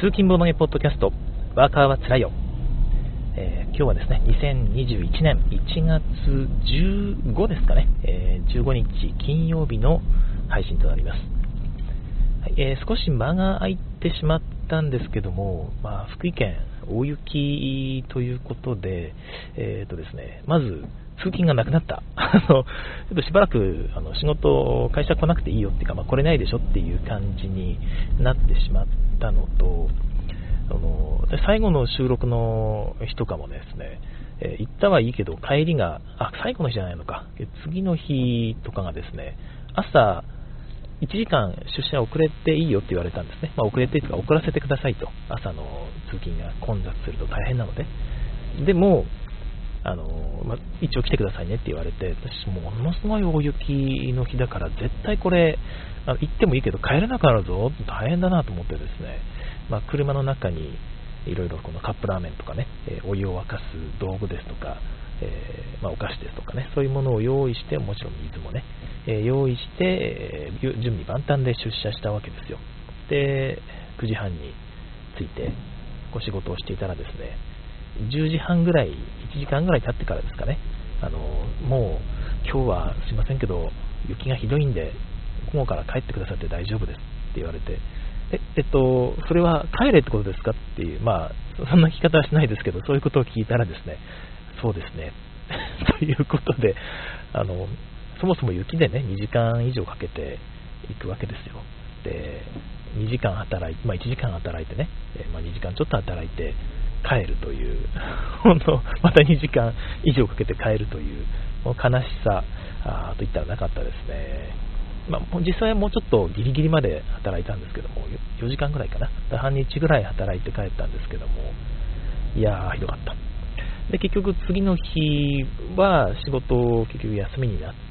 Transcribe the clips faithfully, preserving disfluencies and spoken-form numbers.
通勤ボードゲポッドキャスト、ワーカーはつらいよ。えー、今日はですね、にせんにじゅういちねんいちがつじゅうごですかね、えー、じゅうごにち金曜日の配信となります。はい、えー、少し間が空いてしまったんですけども、まあ、福井県大雪ということで、えーとですね、まず通勤がなくなった。あのちょっとしばらくあの仕事、会社来なくていいよっていうか、まあ、来れないでしょっていう感じになってしまったのと、あの最後の収録の日とかもですね、えー、行ったはいいけど帰りが、あ、最後の日じゃないのか、次の日とかがですね、朝いちじかん出社遅れていいよって言われたんですね。まあ、遅れてというか遅らせてくださいと、朝の通勤が混雑すると大変なので。でもあの、まあ、一応来てくださいねって言われて、私ものすごい大雪の日だから絶対これあの行ってもいいけど帰れなくなるぞ、大変だなと思ってですね、まあ、車の中にいろいろこのカップラーメンとかね、えー、お湯を沸かす道具ですとか、えーまあ、お菓子ですとかね、そういうものを用意して、もちろん水もね、えー、用意して、えー、準備万端で出社したわけですよ。で、くじはんに着いてお仕事をしていたらですね、じゅうじはんぐらい、いちじかんぐらい経ってからですかね、あのもう今日はすいませんけど雪がひどいんで午後から帰ってくださって大丈夫ですって言われて、え、えっと、それは帰れってことですかっていう、まあそんな聞き方はしないですけど、そういうことを聞いたらですね、そうですねということで、あのそもそも雪でねにじかん以上かけて行くわけですよ。で、にじかん働いて、まあ、いちじかん働いてね、まあ、にじかんちょっと働いて帰るという本当またにじかん以上かけて帰るという悲しさあといったらなかったですね。まあ、実際はもうちょっとギリギリまで働いたんですけども、よじかんぐらいかな、半日ぐらい働いて帰ったんですけども、いやーひどかった。で、結局次の日は仕事を結局休みになって、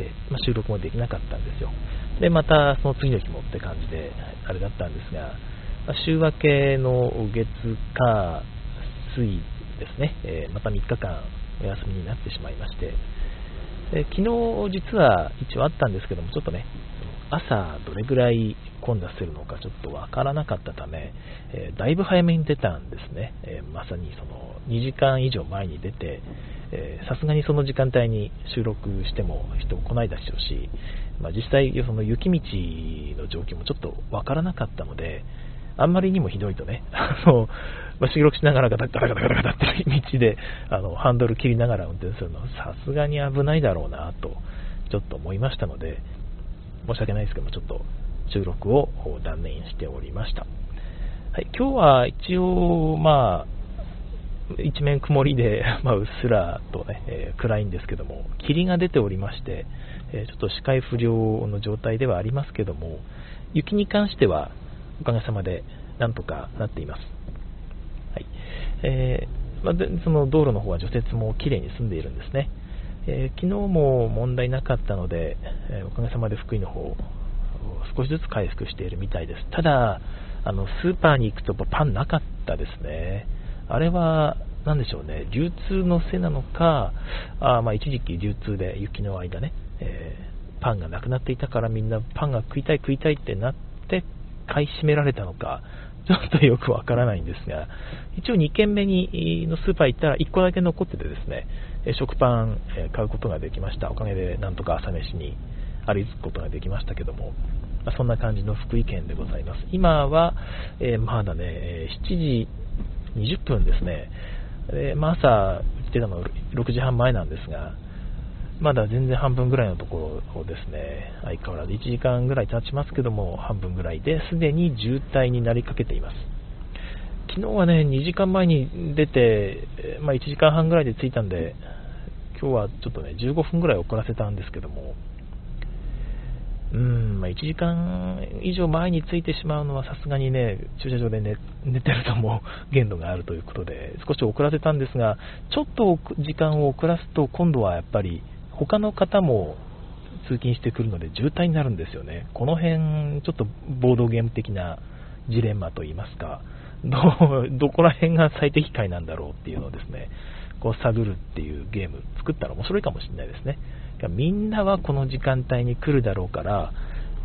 まあ、収録もできなかったんですよ。で、またその次の日もって感じであれだったんですが、まあ、週明けの月火水ですね、えー、またみっかかんお休みになってしまいまして、で昨日実は一応あったんですけども、ちょっとね朝どれぐらい混雑するのかちょっとわからなかったため、えー、だいぶ早めに出たんですね。えー、まさにそのにじかん以上前に出て、さすがにその時間帯に収録しても人来ないでしょうし、まあ、実際その雪道の状況もちょっとわからなかったので、あんまりにもひどいとね、あの、まあ、収録しながらガタガタガタガタガタって道であのハンドル切りながら運転するのはさすがに危ないだろうなとちょっと思いましたので、申し訳ないですけどもちょっと収録を断念しておりました。はい、今日は一応まあ一面曇りで、まあ、うっすらとね、えー、暗いんですけども、霧が出ておりまして、えー、ちょっと視界不良の状態ではありますけども、雪に関してはおかげさまでなんとかなっています。はい、えーまあ、でその道路の方は除雪もきれいに済んでいるんですね。えー、昨日も問題なかったので、えー、おかげさまで福井の方少しずつ回復しているみたいです。ただあのスーパーに行くとパンなかったですね。あれは何でしょうね、流通のせいなのか、あまあ一時期流通で雪の間ね、えー、パンがなくなっていたからみんなパンが食いたい食いたいってなって買い占められたのかちょっとよくわからないんですが、一応にけんめにのスーパー行ったらいっこだけ残っててですね、食パン買うことができました。おかげでなんとか朝飯に歩くことができましたけども、そんな感じの福井県でございます。今は、えー、まだねしちじにじゅっぷんですね。で、まあ、朝来てたのろくじはんまえなんですが、まだ全然半分ぐらいのところをですね、相変わらずいちじかんぐらい経ちますけども、半分ぐらいですでに渋滞になりかけています。昨日はねにじかんまえに出て、まあ、いちじかんはんぐらいで着いたんで、今日はちょっとねじゅうごふんぐらい遅らせたんですけども、うーん、まあ、いちじかん以上前に着いてしまうのはさすがにね、駐車場で 寝, 寝てるともう限度があるということで少し遅らせたんですが、ちょっと時間を遅らすと今度はやっぱり他の方も通勤してくるので渋滞になるんですよね。この辺ちょっとボードゲーム的なジレンマといいますか、 ど, どこら辺が最適解なんだろうっていうのをですね、こう探るっていうゲーム作ったら面白いかもしれないですね。みんなはこの時間帯に来るだろうから、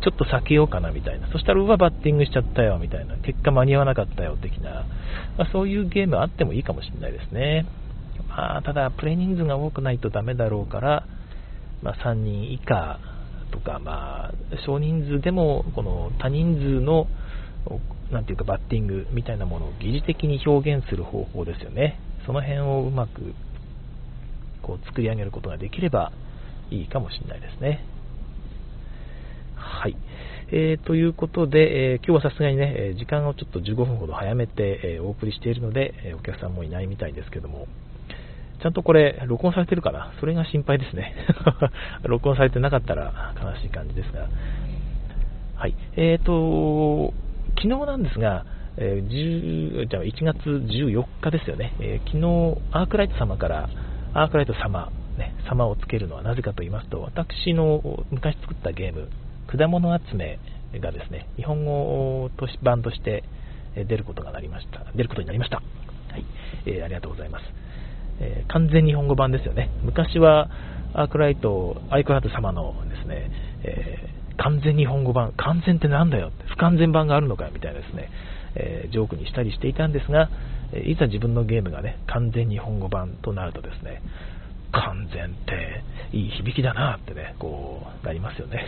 ちょっと避けようかなみたいな、そしたらうわバッティングしちゃったよみたいな、結果間に合わなかったよ的な、まあ、そういうゲームあってもいいかもしれないですね。まあ、ただプレイ人数が多くないとダメだろうから、まあ、さんにん以下とか、まあ、少人数でもこの多人数のなんていうかバッティングみたいなものを疑似的に表現する方法ですよね。その辺をうまくこう作り上げることができればいいかもしれないですね。はい、えー、ということで、えー、今日はさすがにね時間をちょっとじゅうごふんほど早めて、えー、お送りしているので、えー、お客さんもいないみたいですけども、ちゃんとこれ録音されてるかな、それが心配ですね録音されてなかったら悲しい感じですが、はい、えーと昨日なんですが、えー、じゅうじゃあいちがつじゅうよっかですよね、えー、昨日アークライト様からアークライト様、ね、様をつけるのはなぜかと言いますと、私の昔作ったゲーム果物集めがですね日本語版として出ることがなりました出ることになりました、はいえー、ありがとうございます。えー、完全日本語版ですよね。昔はアークライトアイクライト様のですね、えー、完全日本語版、完全ってなんだよって、不完全版があるのかよみたいなですね、えー、ジョークにしたりしていたんですが、いざ自分のゲームがね完全日本語版となるとですね、完全っていい響きだなってねこうなりますよね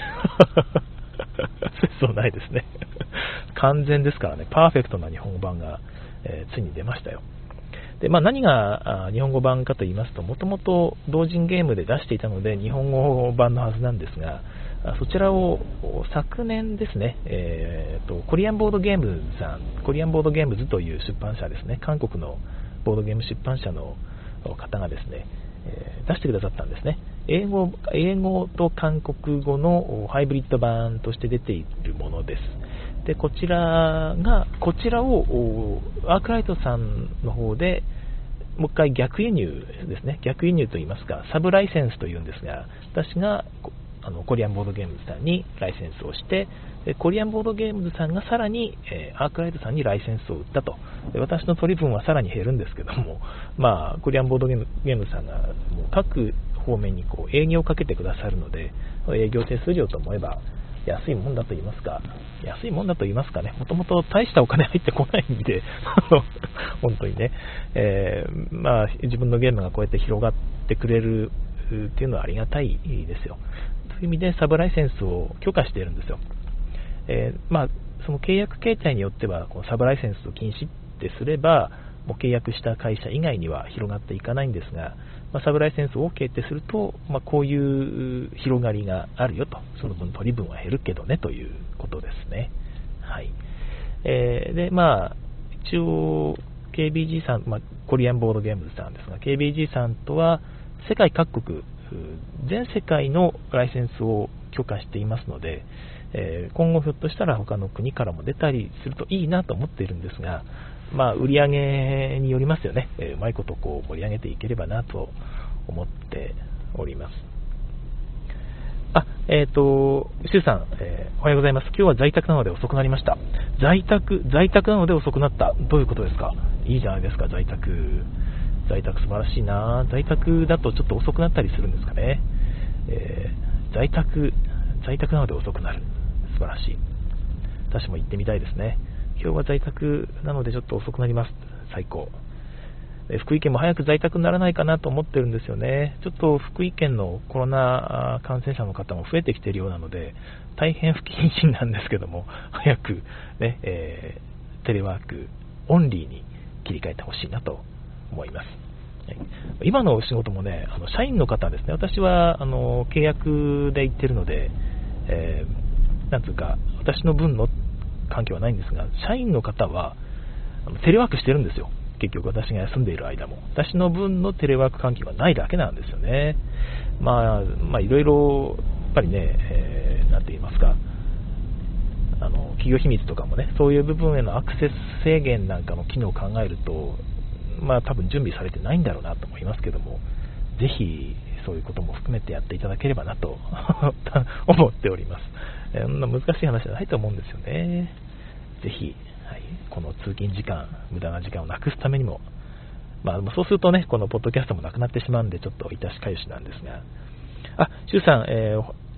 そうないですね完全ですからね、パーフェクトな日本語版が、えー、ついに出ましたよ。で、まあ、何が日本語版かと言いますと、もともと同人ゲームで出していたので日本語版のはずなんですが、そちらを昨年ですね、えー、とコリアンボードゲームズさん、コリアンボードゲームズという出版社ですね、韓国のボードゲーム出版社の方がですね、えー、出してくださったんですね。英語、英語と韓国語のハイブリッド版として出ているものです。で、こちらが、こちらをアークライトさんの方でもう一回逆輸入ですね、逆輸入といいますか、サブライセンスというんですが、私があのコリアンボードゲームズさんにライセンスをして、コリアンボードゲームズさんがさらに、えー、アークライトさんにライセンスを売ったと。で、私の取り分はさらに減るんですけども、まあ、コリアンボードゲーム、ゲームズさんがもう各方面にこう営業をかけてくださるので、営業手数料と思えば安いもんだと言いますか、安いもんだと言いますかね、もともと大したお金入ってこないんで本当にね、えー、まあ、自分のゲームがこうやって広がってくれるっていうのはありがたいですよ。という意味でサブライセンスを許可しているんですよ。えー、まあ、その契約形態によってはこのサブライセンスを禁止ってすればもう契約した会社以外には広がっていかないんですが、まあ、サブライセンスを OK ってすると、まあ、こういう広がりがあるよと、その分取り分は減るけどねということですね。はい。えー、で、まあ、一応 ケービージー さん、まあ、コリアンボードゲームズさんですが、ケービージー さんとは世界各国、全世界のライセンスを許可していますので、えー、今後ひょっとしたら他の国からも出たりするといいなと思っているんですが、まあ、売り上げによりますよね。えー、うまいことこう盛り上げていければなと思っております。あ、えっ、ー、と、シュウさん、えー、おはようございます。今日は在宅なので遅くなりました。在宅、在宅なので遅くなった。どういうことですか？いいじゃないですか、在宅。在宅素晴らしいな。在宅だとちょっと遅くなったりするんですかね。えー、在宅、在宅なので遅くなる。素晴らしい。私も行ってみたいですね。今日は在宅なのでちょっと遅くなります。最高。福井県も早く在宅にならないかなと思ってるんですよね。ちょっと福井県のコロナ感染者の方も増えてきているようなので、大変不謹慎なんですけども、早く、ねえー、テレワークオンリーに切り替えてほしいなと思います。今の仕事もね、あの社員の方ですね、私はあの契約で行ってるので、えー、なんつうか、私の分の関係はないんですが、社員の方はあのテレワークしてるんですよ。結局私が休んでいる間も私の分のテレワーク関係はないだけなんですよね。まあ、まあいろいろやっぱりね、えー、なんて言いますか、あの企業秘密とかもね、そういう部分へのアクセス制限なんかの機能を考えると、まあ多分準備されてないんだろうなと思いますけども、ぜひそういうことも含めてやっていただければなと思っております。そんな難しい話じゃないと思うんですよね。ぜひはい、この通勤時間、無駄な時間をなくすためにも、まあ、そうするとね、このポッドキャストもなくなってしまうんで、ちょっといたしかゆしなんですが、あ、シュウさん、えー、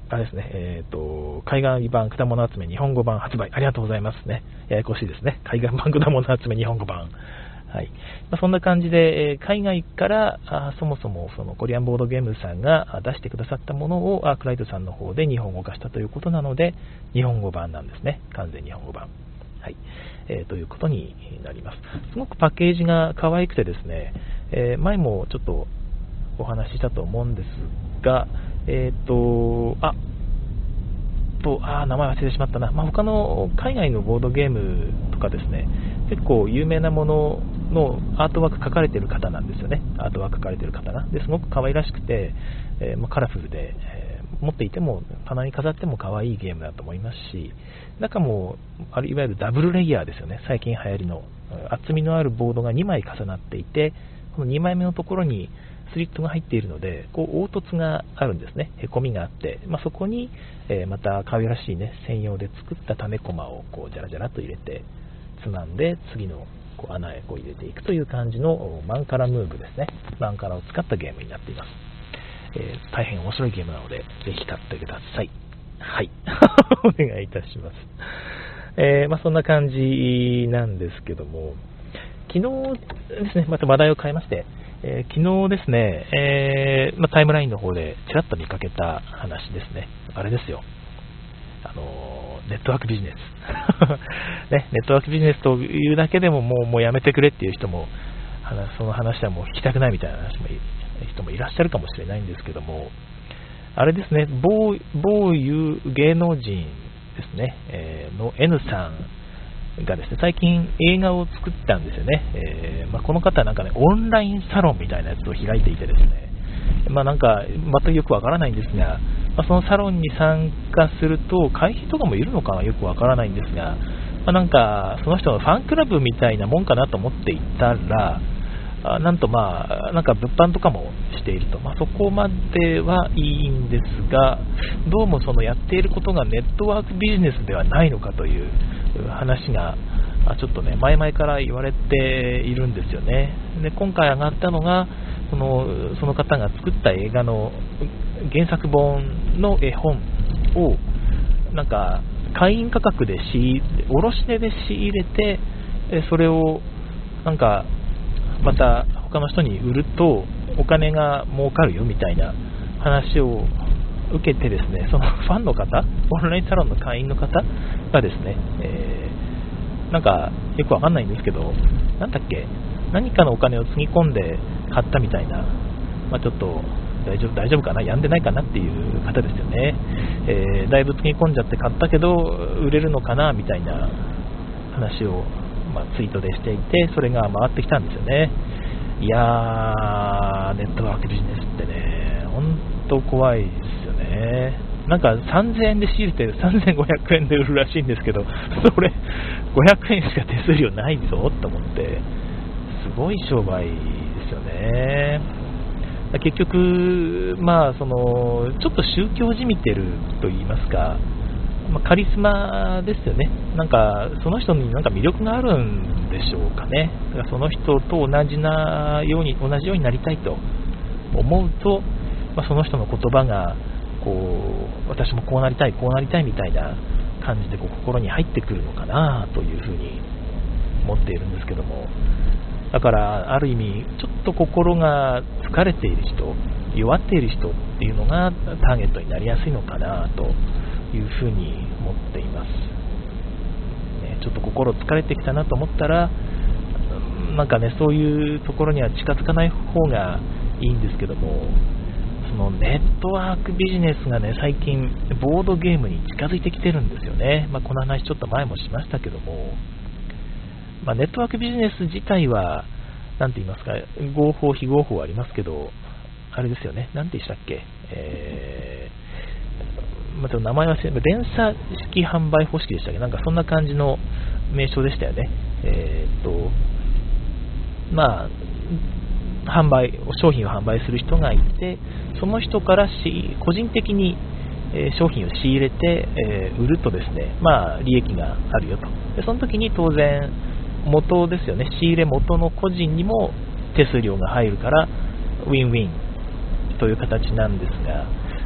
あれですね、えっ、ー、と、海外版果物集め日本語版発売。ありがとうございますね。ややこしいですね。海外版果物集め日本語版。はい。まあ、そんな感じで、えー、海外からあそもそもそのコリアンボードゲームさんが出してくださったものをアークライトさんの方で日本語化したということなので、日本語版なんですね。完全日本語版。はい。えー、ということになります。すごくパッケージが可愛くてですね、えー、前もちょっとお話ししたと思うんですが、えっ、ー、と、あ、と、あ、名前忘れてしまったな。まあ、他の海外のボードゲームとかですね、結構有名なもののアートワーク描かれている方なんですよね。アートワーク描かれている方が。ですごく可愛らしくて、えーまあ、カラフルで、えー、持っていても、棚に飾っても可愛いゲームだと思いますし、中も、あるいわゆるダブルレイヤーですよね。最近流行りの。厚みのあるボードがにまい重なっていて、このにまいめのところにスリットが入っているので、こう凹凸があるんですね。へこみがあって、まあ、そこに、えー、また可愛らしいね、専用で作った種駒をこうジャラジャラと入れて、つまんで次のこう穴へこう入れていくという感じのマンカラムーブですね。マンカラを使ったゲームになっています。えー、大変面白いゲームなので、ぜひ買ってください。はい。お願いいたします。えーまあ、そんな感じなんですけども、昨日ですね、また話題を変えまして、えー、昨日ですね、えーまあ、タイムラインの方でちらっと見かけた話ですね。あれですよ。あのー、ネットワークビジネス、ね。ネットワークビジネスというだけでももう、もうやめてくれっていう人も、その話はもう聞きたくないみたいな話も人もいらっしゃるかもしれないんですけども、あれですね、某、某いう芸能人ですね、えー、の N さんがですね、最近映画を作ったんですよね。えーまあ、この方はなんかね、オンラインサロンみたいなやつを開いていてですね、まあなんか全くよくわからないんですが、まあ、そのサロンに参加すると会費とかもいるのかな、よくわからないんですが、まあ、なんかその人のファンクラブみたいなもんかなと思っていたら、あなんとまあなんか物販とかもしていると、まあ、そこまではいいんですが、どうもそのやっていることがネットワークビジネスではないのかという話がちょっとね前々から言われているんですよね。で今回上がったのがそのその方が作った映画の原作本の絵本をなんか会員価格で仕卸値で仕入れて、それをなんかまた他の人に売るとお金が儲かるよみたいな話を受けてですね、そのファンの方、オンラインサロンの会員の方がですね、えー、なんかよくわかんないんですけど、なんだっけ、何かのお金をつぎ込んで買ったみたいな、まあ、ちょっと大丈夫大丈夫かな、病んでないかなっていう方ですよね。えー、だいぶつぎ込んじゃって買ったけど売れるのかなみたいな話をまあ、ツイートでしていて、それが回ってきたんですよね。いやー、ネットワークビジネスってね、本当怖いですよね。なんかさんぜんえんで仕入れてさんぜんごひゃくえんで売るらしいんですけど、それごひゃくえんしか手数料ないぞと思って、すごい商売ですよね。結局、まあ、そのちょっと宗教じみてると言いますか、まあ、カリスマですよね。なんかその人になんか魅力があるんでしょうかね。だからその人と同じなように同じようになりたいと思うと、まあ、その人の言葉がこう私もこうなりたいこうなりたいみたいな感じでこう心に入ってくるのかなというふうに思っているんですけども、だからある意味ちょっと心が疲れている人、弱っている人っていうのがターゲットになりやすいのかなというふうに思っています、ね、ちょっと心疲れてきたなと思ったらなんかね、そういうところには近づかない方がいいんですけども、そのネットワークビジネスがね最近ボードゲームに近づいてきてるんですよね。まあ、この話ちょっと前もしましたけども、まあ、ネットワークビジネス自体はなんて言いますか、合法非合法ありますけど、あれですよね、なんて言いましたっけ、えー、また名前忘れ、連鎖式販売方式でしたっけ、なんかそんな感じの名称でしたよね。えー、っとまあ販売商品を販売する人がいて、その人からし個人的に商品を仕入れて、えー、売るとですね、まあ利益があるよと。でその時に当然元ですよね、仕入れ元の個人にも手数料が入るからウィンウィンという形なんですが、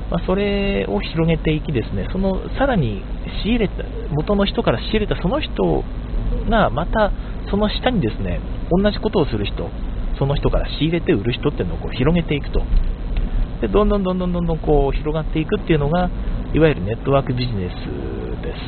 まあ、それを広げていきですね、そのさらに仕入れた元の人から仕入れたその人がまたその下にですね同じことをする人、その人から仕入れて売る人っていうのをこう広げていくと、でどんどんどんどんどんどんこう広がっていくっていうのがいわゆるネットワークビジネスです。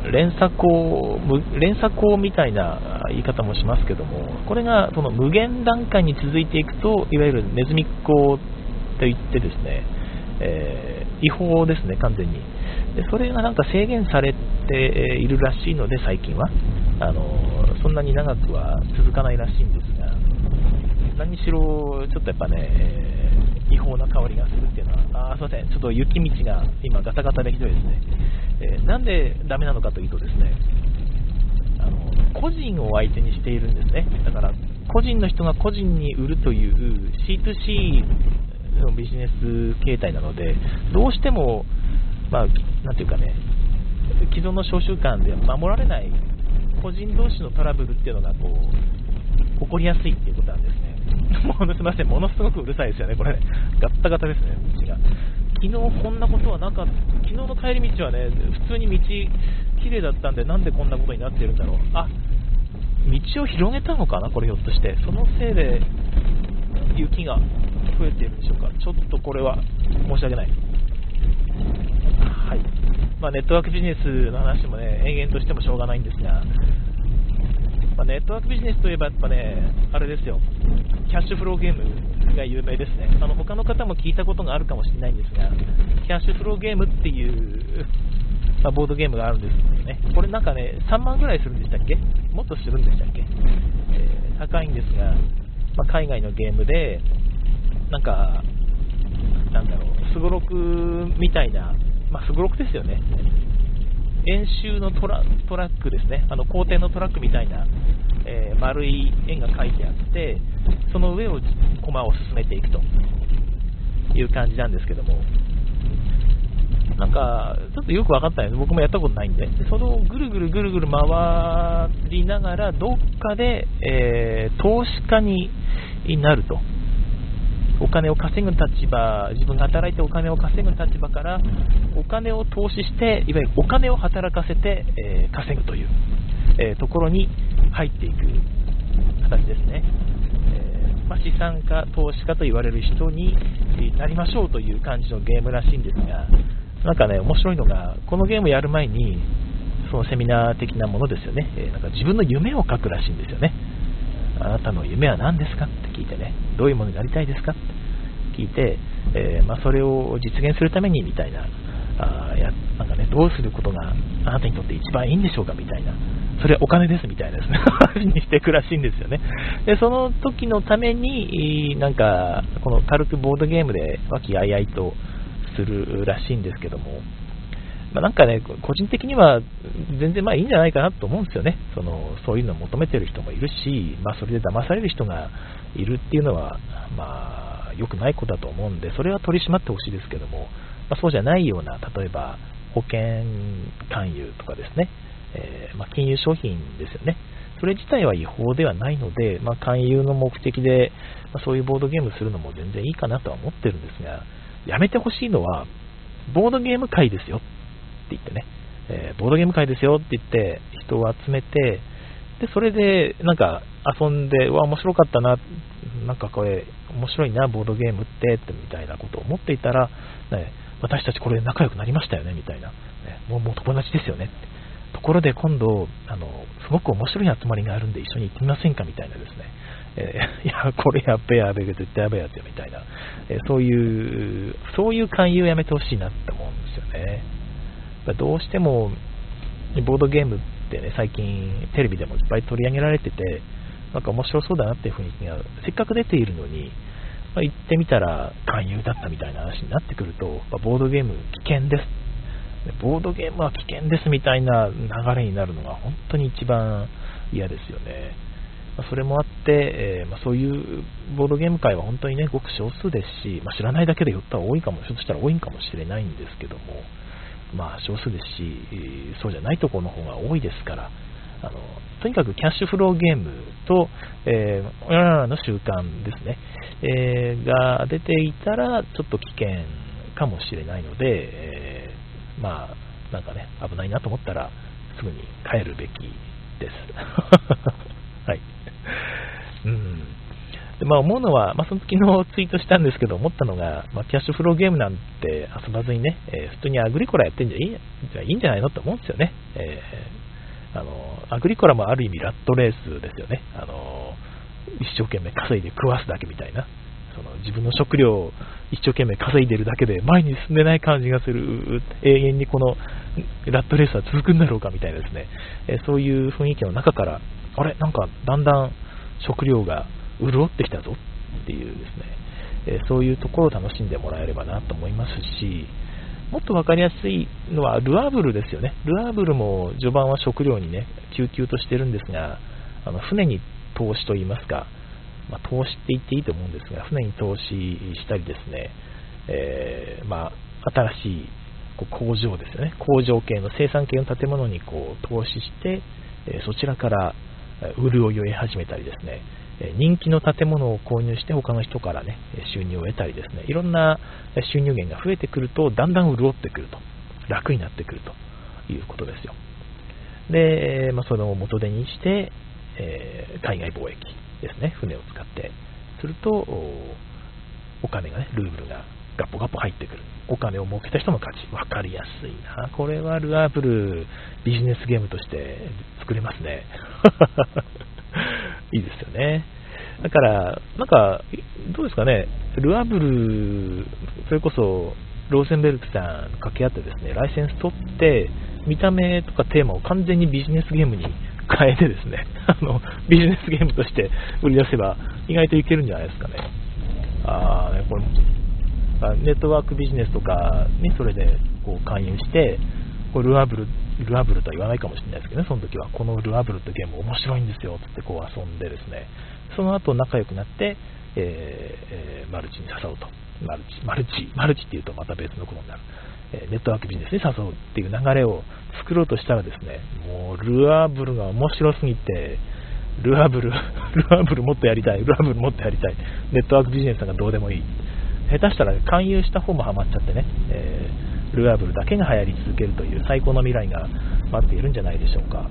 連鎖講連鎖講みたいな言い方もしますけども、これがその無限段階に続いていくといわゆるネズミ講といってですね、えー、違法ですね、完全に。でそれがなんか制限されているらしいので、最近はあのそんなに長くは続かないらしいんですが、何にしろちょっとやっぱね、えー、違法な香りがするっていうのは、あ、すいません、ちょっと雪道が今ガタガタでひどいですね。えー、なんでダメなのかというとですね、あの個人を相手にしているんですね。だから個人の人が個人に売るという シーツーシー のビジネス形態なので、どうしても、まあ、なんていうかね、既存の商習慣で守られない個人同士のトラブルっていうのがこう起こりやすいっていうことなんですね。もうすみません、ものすごくうるさいですよね、これ、ガッタガタですね、道が。昨日こんなことはなかった、昨日の帰り道はね、普通に道綺麗だったんで、なんでこんなことになってるんだろう。あ、道を広げたのかな、これひょっとして、そのせいで雪が増えているんでしょうか。ちょっとこれは申し訳ない。はい、まあ、ネットワークビジネスの話もね、延々としてもしょうがないんですが、まあ、ネットワークビジネスといえばやっぱね、あれですよ、キャッシュフローゲームが有名ですね。あの他の方も聞いたことがあるかもしれないんですが、キャッシュフローゲームっていう、まあ、ボードゲームがあるんですよね。これなんかね、さんまんぐらいするんでしたっけ、もっとするんでしたっけ、えー、高いんですが、まあ、海外のゲームで、なんか、なんだろう、すごろくみたいな、まあ、すごろくですよね。円周のト ラ, トラックですね、あの校庭のトラックみたいな、えー、丸い円が書いてあって、その上を駒を進めていくという感じなんですけども、なんかちょっとよく分かったんです。僕もやったことないんで、そのぐるぐるぐるぐる回りながらどっかで、えー、投資家になると。お金を稼ぐ立場、自分が働いてお金を稼ぐ立場からお金を投資して、いわゆるお金を働かせて、えー、稼ぐという、えー、ところに入っていく形ですね。えーまあ、資産家、投資家と言われる人になりましょうという感じのゲームらしいんですが、なんかね、面白いのが、このゲームやる前にそのセミナー的なものですよね、えー、なんか自分の夢を書くらしいんですよね。あなたの夢は何ですかって聞いてね、どういうものになりたいですかって聞いて、えーまあ、それを実現するためにみたいな、あやなんかね、どうすることがあなたにとって一番いいんでしょうかみたいな、それはお金ですみたいなですね話にしていくらしいんですよね。でその時のためになんかこの軽くボードゲームで和気あいあいとするらしいんですけども、まあ、なんかね、個人的には全然まあいいんじゃないかなと思うんですよね。そのそういうのを求めてる人もいるし、まあ、それで騙される人がいるっていうのはまあ良くないことだと思うんで、それは取り締まってほしいですけども、まあ、そうじゃないような、例えば保険勧誘とかですね、えーまあ、金融商品ですよね。それ自体は違法ではないので、まあ、勧誘の目的で、まあ、そういうボードゲームするのも全然いいかなとは思ってるんですが、やめてほしいのはボードゲーム会ですよって言ってね、えー、ボードゲーム会ですよって言って人を集めて、でそれでなんか遊んで、うわ面白かったな、なんかこれ面白いなボードゲームってってみたいなことを思っていたら、ね、私たちこれで仲良くなりましたよねみたいな、ね、もう、もう友達ですよねって、ところで今度あのすごく面白い集まりがあるんで一緒に行ってみませんかみたいなですね、えー、いやこれやべえやべえ絶対やべえやつよみたいな、えー、そういうそういう勧誘をやめてほしいなって思うんですよね。どうしてもボードゲームってね、最近テレビでもいっぱい取り上げられてて、なんか面白そうだなっていう雰囲気がせっかく出ているのに、まあ、行ってみたら勧誘だったみたいな話になってくると、まあ、ボードゲーム危険です、ボードゲームは危険ですみたいな流れになるのが本当に一番嫌ですよね。まあ、それもあって、えーまあ、そういうボードゲーム界は本当にねごく少数ですし、まあ、知らないだけで寄ったら多いかも、ひょっとしたら多いかもしれないんですけども、まあ少数ですし、そうじゃないところの方が多いですから、あのとにかくキャッシュフローゲームと、えー、親らの習慣ですね、えー、が出ていたらちょっと危険かもしれないので、えー、まあなんかね危ないなと思ったらすぐに帰るべきですはい。うんでまあ、思うのは、まあ、その時のツイートしたんですけど思ったのが、まあ、キャッシュフローゲームなんて遊ばずにね、えー、普通にアグリコラやってんじゃいいじゃいいんじゃないのって思うんですよね、えー、あのアグリコラもある意味ラットレースですよね。あの一生懸命稼いで食わすだけみたいな、その自分の食料を一生懸命稼いでるだけで前に進んでない感じがする、永遠にこのラットレースは続くんだろうかみたいなですね、えー、そういう雰囲気の中からあれなんかだんだん食料が潤ってきたぞっていうですね、えー、そういうところを楽しんでもらえればなと思いますし、もっと分かりやすいのはルアブルですよね。ルアブルも序盤は食料にね救急としてるんですが、あの船に投資といいますか、まあ、投資って言っていいと思うんですが、船に投資したりですね、えーまあ、新しいこう工場ですよね、工場系の生産系の建物にこう投資して、えー、そちらから潤いを得始めたりですね、人気の建物を購入して他の人からね収入を得たりですね、いろんな収入源が増えてくるとだんだん潤ってくると、楽になってくるということですよ。で、まあ、それを元手にして、えー、海外貿易ですね、船を使ってすると お, お金がねルーブルがガポガポ入ってくる、お金を儲けた人の勝ち、分かりやすいな、これはルアーブルビジネスゲームとして作れますねいいですよね。だからなんかどうですかね、ルアーブルそれこそローセンベルクさん掛け合ってですねライセンス取って見た目とかテーマを完全にビジネスゲームに変えてですねあのビジネスゲームとして売り出せば意外といけるんじゃないですかね。あーねこれネットワークビジネスとかにそれでこう勧誘してこうルアブルルアブルとは言わないかもしれないですけどね、その時はこのルアブルってゲーム面白いんですよつってこう遊んでですね、その後仲良くなって、えーえー、マルチに誘うと、マルチマルチマルチっていうとまた別のことになる、えー、ネットワークビジネスに誘うっていう流れを作ろうとしたらですね、もうルアブルが面白すぎてルアブルルアブルもっとやりたい、ルアブルもっとやりたい、ネットワークビジネスがどうでもいい、下手したら勧誘した方もハマっちゃってね、えー、ルアブルだけが流行り続けるという最高の未来が待っているんじゃないでしょうか。はい、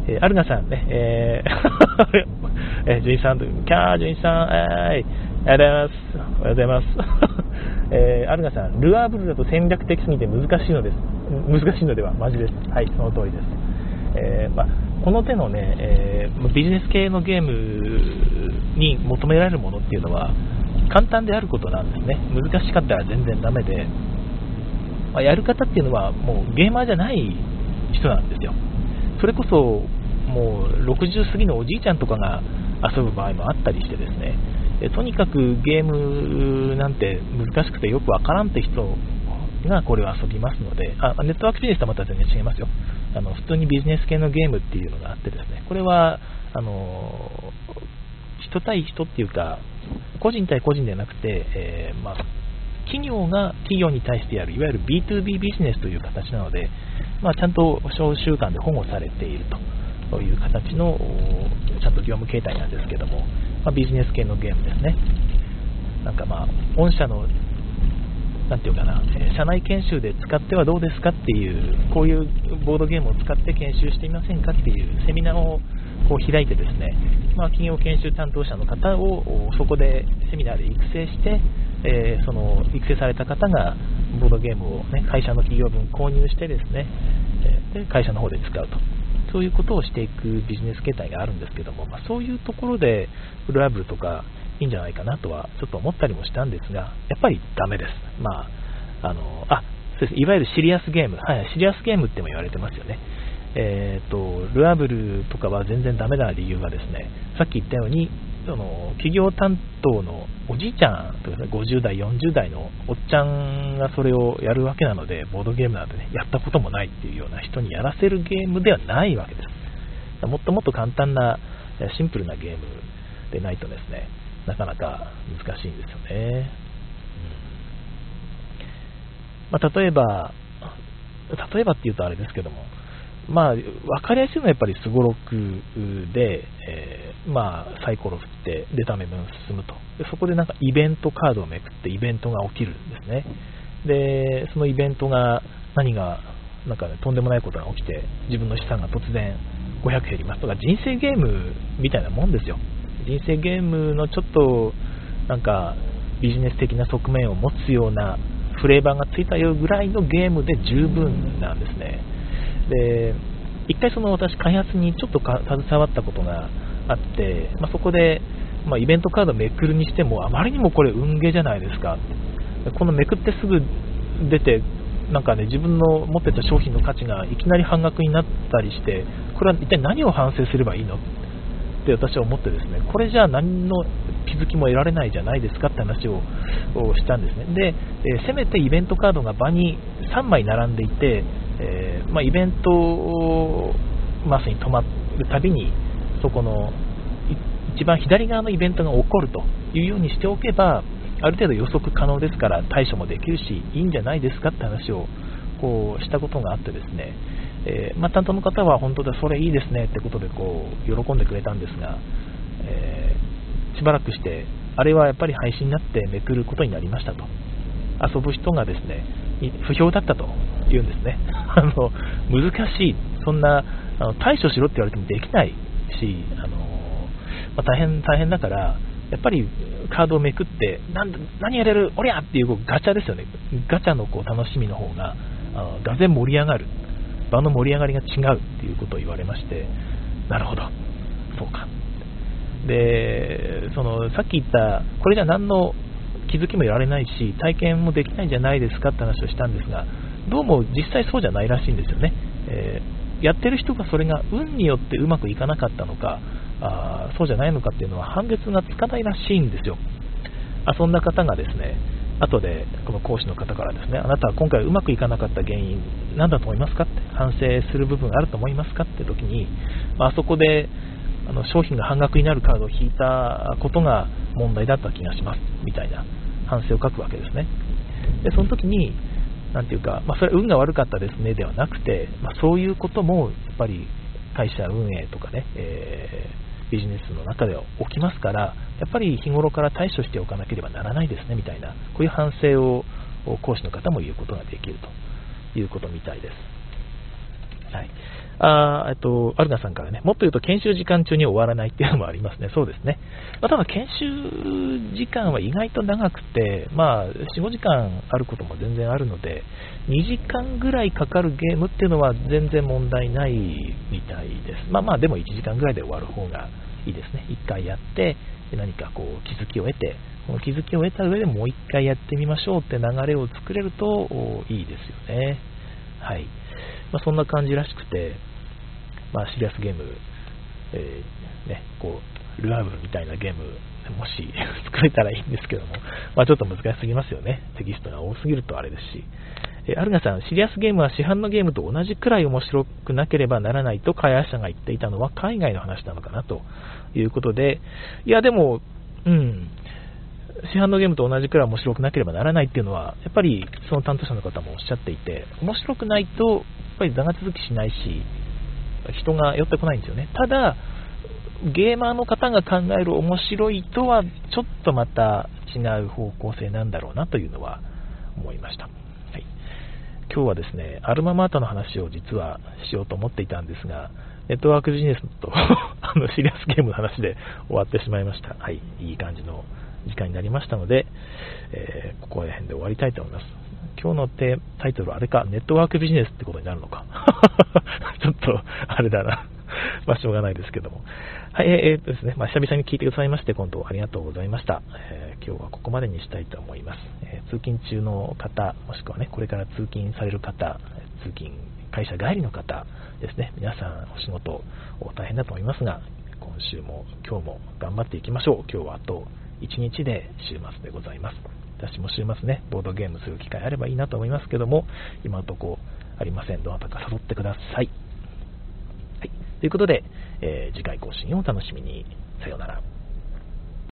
えー、アルガさんね、えー、えー、ジュニさん、キャージュニさん、えー、ありがとうございます、おはようございます、えー、アルガさん、ルアーブルだと戦略的すぎて難しいのです、難しいのでは、マジです、はい、その通りです。えーまあ、この手のね、えー、ビジネス系のゲームに求められるものっていうのは簡単であることなんですね。難しかったら全然ダメで、まあ、やる方っていうのはもうゲーマーじゃない人なんですよ。それこそもうろくじゅう過ぎのおじいちゃんとかが遊ぶ場合もあったりしてですね、えとにかくゲームなんて難しくてよくわからんって人がこれを遊びますので、あネットワークビジネスとはまた全然違いますよ。あの普通にビジネス系のゲームっていうのがあってですね、これはあの人対人っていうか個人対個人ではなくて、えーまあ、企業が企業に対してやるいわゆる ビーツービー ビジネスという形なので、まあ、ちゃんと商習慣で保護されているという形のちゃんと業務形態なんですけども、まあ、ビジネス系のゲームですね。なんかまあ御社のなんていうかな、えー、社内研修で使ってはどうですかっていう、こういうボードゲームを使って研修してみませんかっていうセミナーをこう開いてですね、まあ、企業研修担当者の方をそこでセミナーで育成して、えー、その育成された方がボードゲームを、ね、会社の企業分購入してですね、えー、で会社の方で使うと、そういうことをしていくビジネス形態があるんですけども、まあ、そういうところでルアブルとかいいんじゃないかなとはちょっと思ったりもしたんですが、やっぱりダメです。まああのあそうです、いわゆるシリアスゲーム、はい、シリアスゲームっても言われてますよね。えー、とルアブルとかは全然ダメな理由はですね、さっき言ったようにその企業担当のおじいちゃんとか、ね、ごじゅう代よんじゅう代のおっちゃんがそれをやるわけなので、ボードゲームなんてねやったこともないっていうような人にやらせるゲームではないわけです。もっともっと簡単なシンプルなゲームでないとですね、なかなか難しいんですよね。うんまあ、例えば例えばっていうとあれですけども、 まあ、分かりやすいのはやっぱりすごろくで、えー、まあ、サイコロ振って出た目分進むと。でそこでなんかイベントカードをめくってイベントが起きるんですね。で、そのイベントが何が、なんかね、とんでもないことが起きて、自分の資産が突然ごひゃく減りますとか、人生ゲームみたいなもんですよ。人生ゲームのちょっと、なんか、ビジネス的な側面を持つようなフレーバーがついたよぐらいのゲームで十分なんですね。で、一回その私開発にちょっとか携わったことがあって、まあ、そこで、まあ、イベントカードめくるにしてもあまりにもこれ運ゲーじゃないですか。このめくってすぐ出てなんかね、自分の持ってた商品の価値がいきなり半額になったりして、これは一体何を反省すればいいのって私は思ってですね、これじゃあ何の気づきも得られないじゃないですかって話をしたんですね。で、えー、せめてイベントカードが場にさんまい並んでいて、えーまあ、イベントマスに止まるたびにそこの一番左側のイベントが起こるというようにしておけば、ある程度予測可能ですから対処もできるしいいんじゃないですかって話をこうしたことがあってですね、えーまあ、担当の方は本当だそれいいですねってことでこう喜んでくれたんですが、えー、しばらくしてあれはやっぱり廃止になってめくることになりましたと。遊ぶ人がですね不評だったというんですね。あの難しい、そんなあの対処しろって言われてもできないし、あの、まあ、大変大変だからやっぱりカードをめくってなん何やれるおりゃっていうこうガチャですよね。ガチャのこう楽しみの方があがぜん盛り上がる、場の盛り上がりが違うっていうことを言われまして、なるほどそうか。でそのさっき言ったこれじゃ何の気づきも得られないし体験もできないんじゃないですかって話をしたんですが、どうも実際そうじゃないらしいんですよね。えー、やってる人がそれが運によってうまくいかなかったのか、あそうじゃないのかっていうのは判別がつかないらしいんですよ。あそんな方がですね後でこの講師の方からですね、あなたは今回うまくいかなかった原因何だと思いますかって、反省する部分あると思いますかって時に、まあそこであの商品が半額になるカードを引いたことが問題だった気がしますみたいな反省を書くわけですね。でその時になんていうか、まあ、それは運が悪かったですねではなくて、まあ、そういうこともやっぱり会社運営とかね、えー、ビジネスの中では起きますから、やっぱり日頃から対処しておかなければならないですねみたいな、こういう反省を講師の方も言うことができるということみたいです。はい。あえっと、アルナさんからね、もっと言うと研修時間中に終わらないっていうのもありますね。そうですね。まあ、ただ研修時間は意外と長くて、まあ、よん、ごじかんあることも全然あるので、にじかんぐらいかかるゲームっていうのは全然問題ないみたいです。まあまあ、でもいちじかんぐらいで終わる方がいいですね。いっかいやって、何かこう気づきを得て、この気づきを得た上でもういっかいやってみましょうって流れを作れるといいですよね。はい。まあ、そんな感じらしくて、まあ、シリアスゲーム、えーね、こうルアーブルみたいなゲームもし作れたらいいんですけども、まあ、ちょっと難しすぎますよね。テキストが多すぎるとあれですし、えー、アルガさん、シリアスゲームは市販のゲームと同じくらい面白くなければならないと開発者が言っていたのは海外の話なのかなということで、いやでも、うん、市販のゲームと同じくらい面白くなければならないっていうのはやっぱりその担当者の方もおっしゃっていて、面白くないとやっぱり長続きしないし人が寄ってこないんですよね。ただゲーマーの方が考える面白いとはちょっとまた違う方向性なんだろうなというのは思いました。はい、今日はですねアルママータの話を実はしようと思っていたんですが、ネットワークビジネスとあのシリアスゲームの話で終わってしまいました。はい、いい感じの時間になりましたので、えー、ここら辺で終わりたいと思います。今日のテタイトルはあれか、ネットワークビジネスってことになるのかちょっとあれだなまあしょうがないですけども、はい、えー、っとですね、まあ、久々に聞いてくださいまして本当ありがとうございました。えー、今日はここまでにしたいと思います。えー、通勤中の方、もしくはねこれから通勤される方、通勤会社帰りの方ですね、皆さんお仕事大変だと思いますが、今週も今日も頑張っていきましょう。今日はあといちにちで週末でございます。私も週末ねボードゲームする機会あればいいなと思いますけども、今のところありません。どなたか誘ってください。はい、ということで、えー、次回更新をお楽しみに。さようなら。